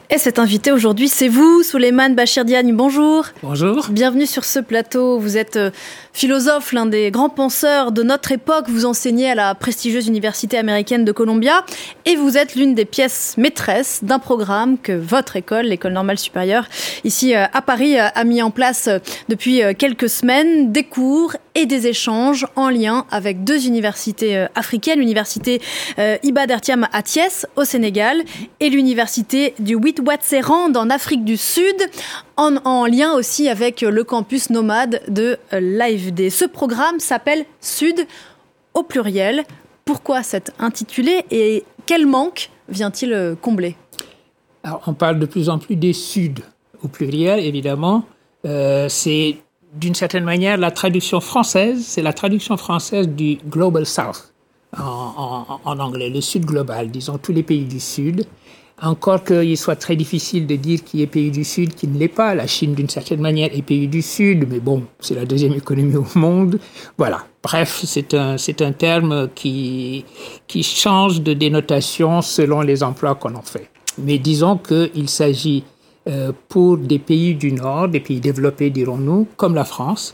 Et cet invité aujourd'hui, c'est vous, Souleymane Bachir Diagne. Bonjour. Bonjour. Bienvenue sur ce plateau. Vous êtes philosophe, l'un des grands penseurs de notre époque. Vous enseignez à la prestigieuse université américaine de Columbia. Et vous êtes l'une des pièces maîtresses d'un programme que votre école, l'École normale supérieure, ici à Paris, a mis en place depuis quelques semaines. Des cours et des échanges en lien avec deux universités africaines. L'université Iba Der Thiam à Thiès, au Sénégal, et l'université du Witwatersrand en Afrique du Sud, en lien aussi avec le campus nomade de l'AFD. Ce programme s'appelle Sud au pluriel. Pourquoi cet intitulé et quel manque vient-il combler ? Alors, on parle de plus en plus des Suds au pluriel, évidemment. C'est d'une certaine manière la traduction française, c'est la traduction française du Global South en anglais, le Sud global, disons tous les pays du Sud. Encore qu'il soit très difficile de dire qui est pays du Sud, qui ne l'est pas. La Chine, d'une certaine manière, est pays du Sud, mais bon, c'est la deuxième économie au monde. Voilà. Bref, c'est un terme qui change de dénotation selon les emplois qu'on en fait. Mais disons qu'il s'agit pour des pays du Nord, des pays développés, dirons-nous, comme la France,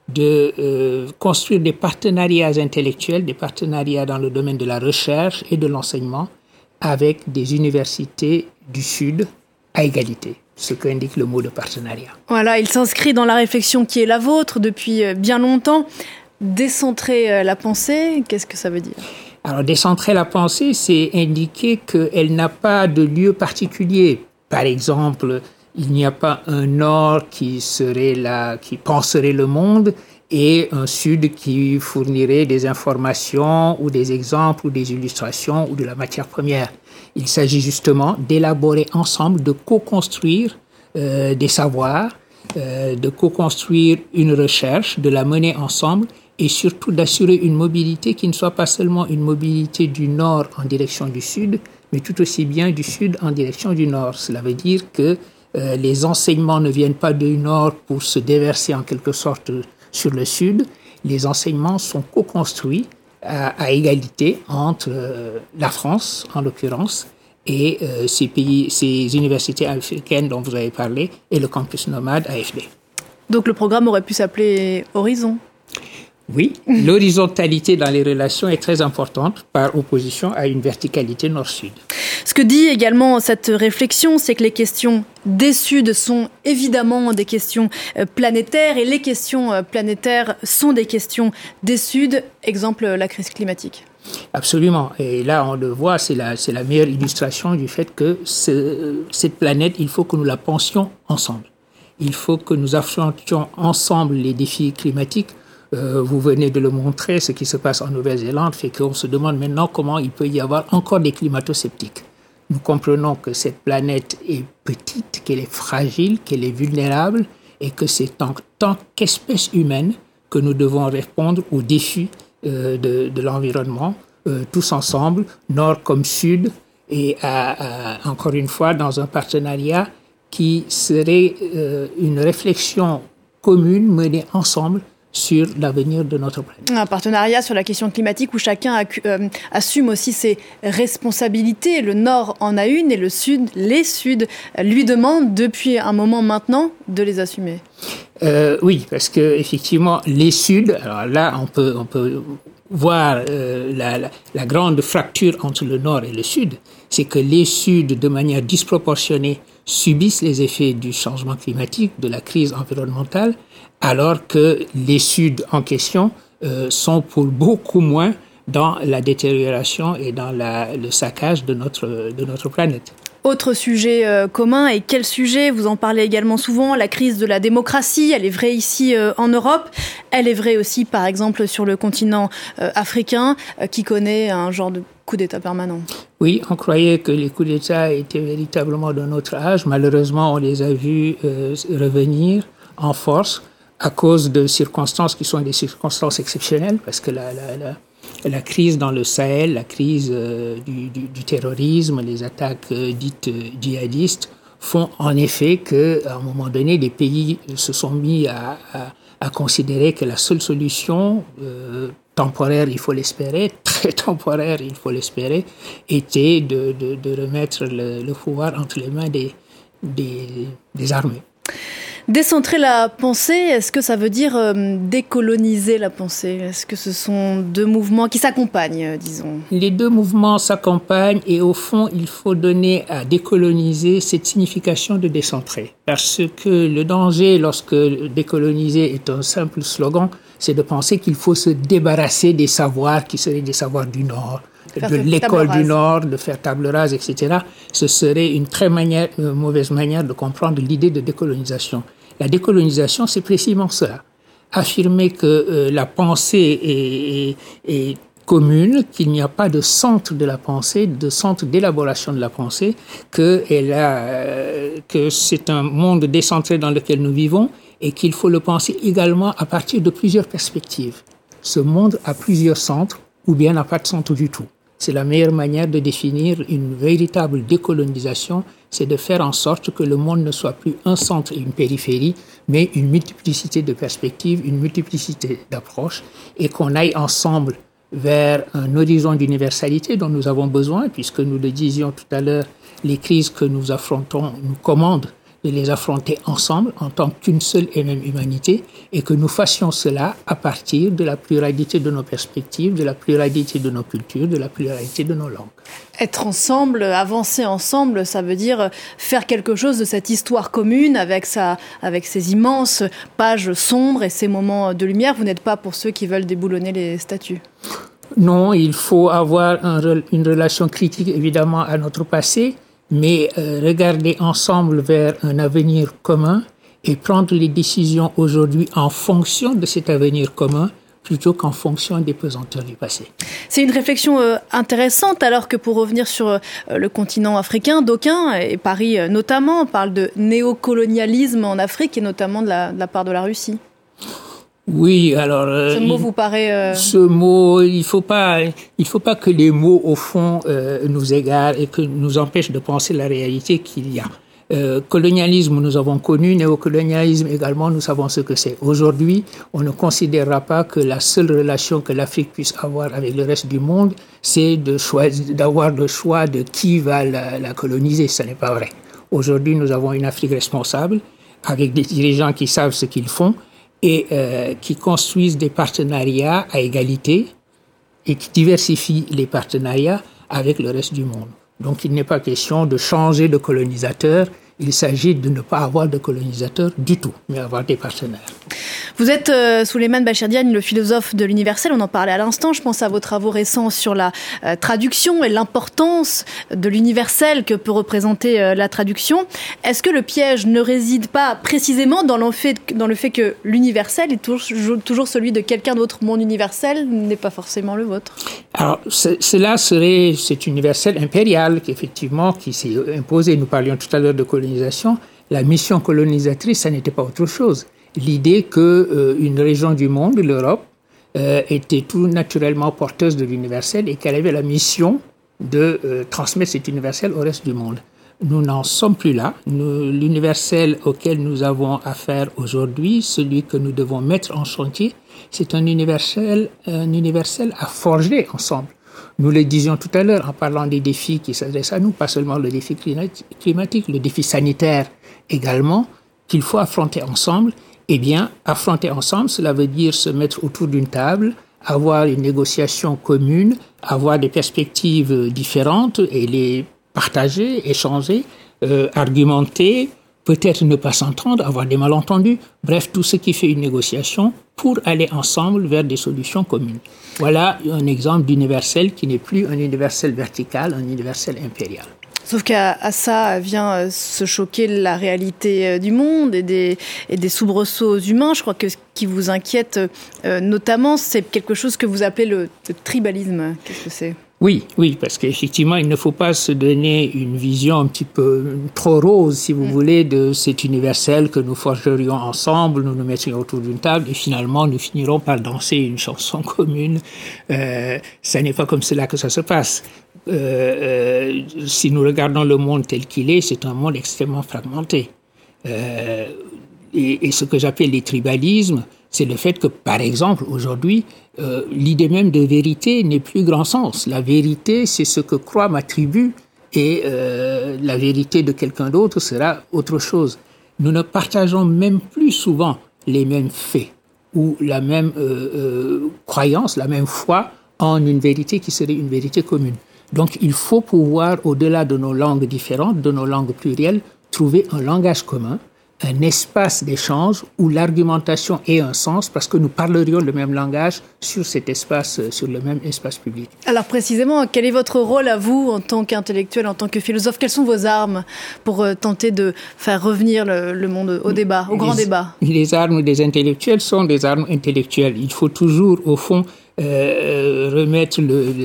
de construire des partenariats intellectuels, des partenariats dans le domaine de la recherche et de l'enseignement, avec des universités du Sud à égalité, ce qu'indique le mot de partenariat. Voilà, il s'inscrit dans la réflexion qui est la vôtre depuis bien longtemps. Décentrer la pensée, qu'est-ce que ça veut dire ? Alors, décentrer la pensée, c'est indiquer qu'elle n'a pas de lieu particulier. Par exemple, il n'y a pas un Nord qui penserait le monde et un Sud qui fournirait des informations ou des exemples ou des illustrations ou de la matière première. Il s'agit justement d'élaborer ensemble, de co-construire des savoirs, de co-construire une recherche, de la mener ensemble et surtout d'assurer une mobilité qui ne soit pas seulement une mobilité du Nord en direction du Sud, mais tout aussi bien du Sud en direction du Nord. Cela veut dire que les enseignements ne viennent pas du Nord pour se déverser en quelque sorte sur le Sud. Les enseignements sont co-construits à égalité entre la France, en l'occurrence, et ces universités africaines dont vous avez parlé, et le campus nomade AFD. Donc le programme aurait pu s'appeler Horizon ? Oui, l'horizontalité dans les relations est très importante par opposition à une verticalité nord-sud. Ce que dit également cette réflexion, c'est que les questions des Suds sont évidemment des questions planétaires et les questions planétaires sont des questions des Suds, exemple la crise climatique. Absolument. Et là, on le voit, c'est la meilleure illustration du fait que cette planète, il faut que nous la pensions ensemble. Il faut que nous affrontions ensemble les défis climatiques. Vous venez de le montrer, ce qui se passe en Nouvelle-Zélande fait qu'on se demande maintenant comment il peut y avoir encore des climato-sceptiques. Nous comprenons que cette planète est petite, qu'elle est fragile, qu'elle est vulnérable et que c'est en tant qu'espèce humaine que nous devons répondre aux défis de l'environnement, tous ensemble, nord comme sud, et encore une fois dans un partenariat qui serait une réflexion commune menée ensemble sur l'avenir de notre planète. Un partenariat sur la question climatique où chacun assume aussi ses responsabilités. Le Nord en a une et le Sud, les Suds, lui demandent depuis un moment maintenant de les assumer. Oui, parce que effectivement, les Suds, alors là, on peut voir la grande fracture entre le Nord et le Sud, c'est que les Suds, de manière disproportionnée, subissent les effets du changement climatique, de la crise environnementale, alors que les Suds en question sont pour beaucoup moins dans la détérioration et dans le saccage de notre planète. Autre sujet commun, et quel sujet ? Vous en parlez également souvent, la crise de la démocratie, elle est vraie ici en Europe, elle est vraie aussi par exemple sur le continent africain qui connaît un genre de coup d'État permanent. Oui, on croyait que les coups d'État étaient véritablement de notre âge. Malheureusement, on les a vus revenir en force à cause de circonstances qui sont des circonstances exceptionnelles, parce que la crise dans le Sahel, la crise du terrorisme, les attaques dites djihadistes font en effet qu'à un moment donné, les pays se sont mis à considérer que la seule solution temporaire, il faut l'espérer, très temporaire, il faut l'espérer, était de remettre le pouvoir entre les mains des armées. Décentrer la pensée, est-ce que ça veut dire décoloniser la pensée ? Est-ce que ce sont deux mouvements qui s'accompagnent, disons ? Les deux mouvements s'accompagnent et au fond, il faut donner à décoloniser cette signification de décentrer. Parce que le danger, lorsque décoloniser est un simple slogan, c'est de penser qu'il faut se débarrasser des savoirs qui seraient des savoirs du Nord, de l'école du Nord, de faire table rase, etc. Ce serait une très mauvaise manière de comprendre l'idée de décolonisation. La décolonisation, c'est précisément cela. Affirmer que la pensée est commune, qu'il n'y a pas de centre de la pensée, de centre d'élaboration de la pensée, que c'est un monde décentré dans lequel nous vivons et qu'il faut le penser également à partir de plusieurs perspectives. Ce monde a plusieurs centres ou bien n'a pas de centre du tout. C'est la meilleure manière de définir une véritable décolonisation, c'est de faire en sorte que le monde ne soit plus un centre et une périphérie, mais une multiplicité de perspectives, une multiplicité d'approches, et qu'on aille ensemble vers un horizon d'universalité dont nous avons besoin, puisque nous le disions tout à l'heure, les crises que nous affrontons nous commandent de les affronter ensemble en tant qu'une seule et même humanité et que nous fassions cela à partir de la pluralité de nos perspectives, de la pluralité de nos cultures, de la pluralité de nos langues. Être ensemble, avancer ensemble, ça veut dire faire quelque chose de cette histoire commune avec ses immenses pages sombres et ses moments de lumière. Vous n'êtes pas pour ceux qui veulent déboulonner les statues. Non, il faut avoir une relation critique évidemment à notre passé, mais regarder ensemble vers un avenir commun et prendre les décisions aujourd'hui en fonction de cet avenir commun plutôt qu'en fonction des pesanteurs du passé. C'est une réflexion intéressante, alors que pour revenir sur le continent africain, d'aucuns, et Paris notamment, parlent de néocolonialisme en Afrique et notamment de la part de la Russie. Oui, alors... ce mot vous paraît... Ce mot, il faut pas que les mots, au fond, nous égarent et que nous empêchent de penser la réalité qu'il y a. Colonialisme, nous avons connu, néocolonialisme également, nous savons ce que c'est. Aujourd'hui, on ne considérera pas que la seule relation que l'Afrique puisse avoir avec le reste du monde, c'est d'avoir le choix de qui va la coloniser. Ce n'est pas vrai. Aujourd'hui, nous avons une Afrique responsable, avec des dirigeants qui savent ce qu'ils font, et qui construisent des partenariats à égalité et qui diversifient les partenariats avec le reste du monde. Donc il n'est pas question de changer de colonisateur, il s'agit de ne pas avoir de colonisateur du tout, mais avoir des partenaires. Vous êtes Souleymane Bachir Diagne, le philosophe de l'universel, on en parlait à l'instant, je pense à vos travaux récents sur la traduction et l'importance de l'universel que peut représenter la traduction. Est-ce que le piège ne réside pas précisément dans le fait que l'universel est toujours celui de quelqu'un d'autre? Mon universel n'est pas forcément le vôtre. Alors, c'est universel impérial, effectivement, qui s'est imposé. Nous parlions tout à l'heure de colonisation. La mission colonisatrice, ça n'était pas autre chose. L'idée qu'une région du monde, l'Europe, était tout naturellement porteuse de l'universel et qu'elle avait la mission de transmettre cet universel au reste du monde. Nous n'en sommes plus là. L'universel auquel nous avons affaire aujourd'hui, celui que nous devons mettre en chantier, c'est un universel à forger ensemble. Nous le disions tout à l'heure en parlant des défis qui s'adressent à nous, pas seulement le défi climatique, le défi sanitaire également, qu'il faut affronter ensemble. Eh bien, affronter ensemble, cela veut dire se mettre autour d'une table, avoir une négociation commune, avoir des perspectives différentes et les partager, échanger, argumenter, peut-être ne pas s'entendre, avoir des malentendus. Bref, tout ce qui fait une négociation pour aller ensemble vers des solutions communes. Voilà un exemple d'universel qui n'est plus un universel vertical, un universel impérial. Sauf qu'à ça vient se choquer la réalité du monde et des soubresauts humains. Je crois que ce qui vous inquiète notamment, c'est quelque chose que vous appelez le tribalisme. Qu'est-ce que c'est ? Oui, parce qu'effectivement, il ne faut pas se donner une vision un petit peu trop rose, si vous voulez, de cet universel que nous forgerions ensemble, nous nous mettrions autour d'une table et finalement nous finirons par danser une chanson commune. Ça n'est pas comme cela que ça se passe. Si nous regardons le monde tel qu'il est, c'est un monde extrêmement fragmenté. Et ce que j'appelle les tribalismes, c'est le fait que, par exemple, aujourd'hui, l'idée même de vérité n'est plus grand sens. La vérité, c'est ce que croit ma tribu et la vérité de quelqu'un d'autre sera autre chose. Nous ne partageons même plus souvent les mêmes faits ou la même croyance, la même foi en une vérité qui serait une vérité commune. Donc il faut pouvoir, au-delà de nos langues différentes, de nos langues plurielles, trouver un langage commun, un espace d'échange où l'argumentation ait un sens parce que nous parlerions le même langage sur cet espace, sur le même espace public. Alors précisément, quel est votre rôle à vous en tant qu'intellectuel, en tant que philosophe? Quelles sont vos armes pour tenter de faire revenir le monde au débat, au grand débat? Les armes des intellectuels sont des armes intellectuelles. Il faut toujours, au fond, remettre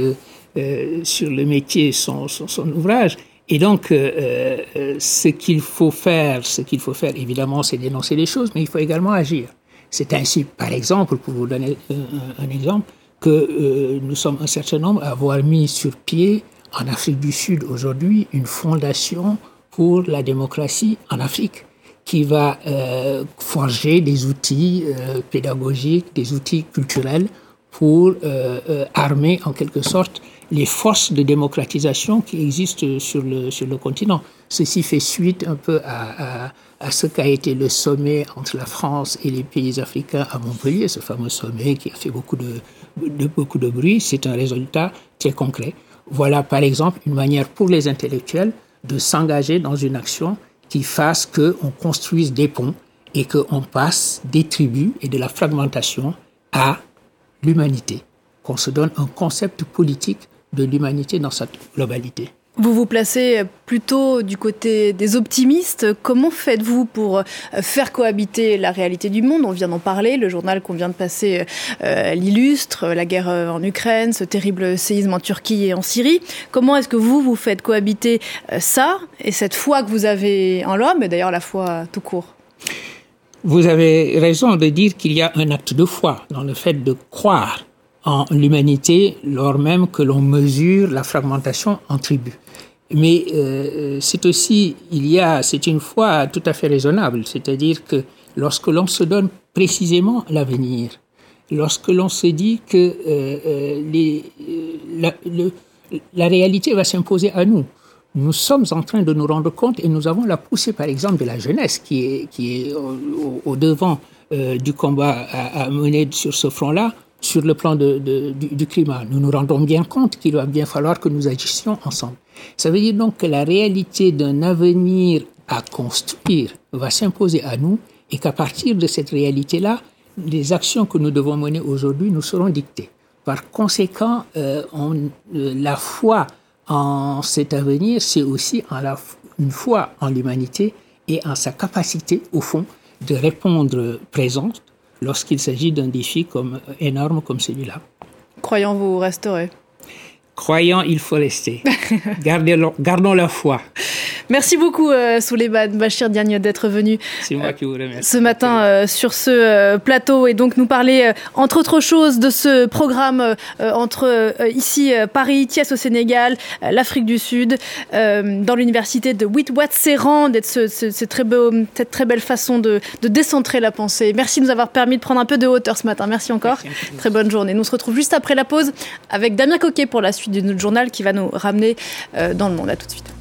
sur le métier son ouvrage. Et donc, ce qu'il faut faire, évidemment, c'est dénoncer les choses, mais il faut également agir. C'est ainsi, par exemple, pour vous donner un exemple, que nous sommes un certain nombre à avoir mis sur pied, en Afrique du Sud aujourd'hui, une fondation pour la démocratie en Afrique, qui va forger des outils pédagogiques, des outils culturels pour armer, en quelque sorte, les forces de démocratisation qui existent sur le continent. Ceci fait suite un peu à ce qu'a été le sommet entre la France et les pays africains à Montpellier, ce fameux sommet qui a fait beaucoup de bruit. C'est un résultat très concret. Voilà, par exemple, une manière pour les intellectuels de s'engager dans une action qui fasse qu'on construise des ponts et qu'on passe des tribus et de la fragmentation à l'humanité, qu'on se donne un concept politique de l'humanité dans sa globalité. Vous vous placez plutôt du côté des optimistes. Comment faites-vous pour faire cohabiter la réalité du monde? On vient d'en parler, le journal qu'on vient de passer l'illustre, la guerre en Ukraine, ce terrible séisme en Turquie et en Syrie. Comment est-ce que vous faites cohabiter ça et cette foi que vous avez en l'homme, et d'ailleurs la foi tout court? Vous avez raison de dire qu'il y a un acte de foi dans le fait de croire en l'humanité, lors même que l'on mesure la fragmentation en tribus. Mais c'est une foi tout à fait raisonnable, c'est-à-dire que lorsque l'on se donne précisément l'avenir, lorsque l'on se dit que la réalité va s'imposer à nous, nous sommes en train de nous rendre compte et nous avons la poussée, par exemple, de la jeunesse qui est au devant du combat à mener sur ce front-là, sur le plan du climat. Nous nous rendons bien compte qu'il va bien falloir que nous agissions ensemble. Ça veut dire donc que la réalité d'un avenir à construire va s'imposer à nous et qu'à partir de cette réalité-là, les actions que nous devons mener aujourd'hui nous seront dictées. Par conséquent, la foi en cet avenir, c'est aussi une foi en l'humanité et en sa capacité, au fond, de répondre présente lorsqu'il s'agit d'un défi énorme comme celui-là. Croyant, vous resterez. Croyant, il faut rester. Gardons la foi. Merci beaucoup, Souleymane Bachir Diagne, d'être venu C'est moi qui vous remercie. Ce matin sur ce plateau et donc nous parler, entre autres choses, de ce programme entre ici Paris, Thiès au Sénégal, l'Afrique du Sud, dans l'université de Witwatersrand, cette très belle façon de décentrer la pensée. Merci de nous avoir permis de prendre un peu de hauteur ce matin. Merci encore. Merci. Très bonne journée. Nous on se retrouve juste après la pause avec Damien Coquet pour la suite de notre journal qui va nous ramener dans le monde. À tout de suite.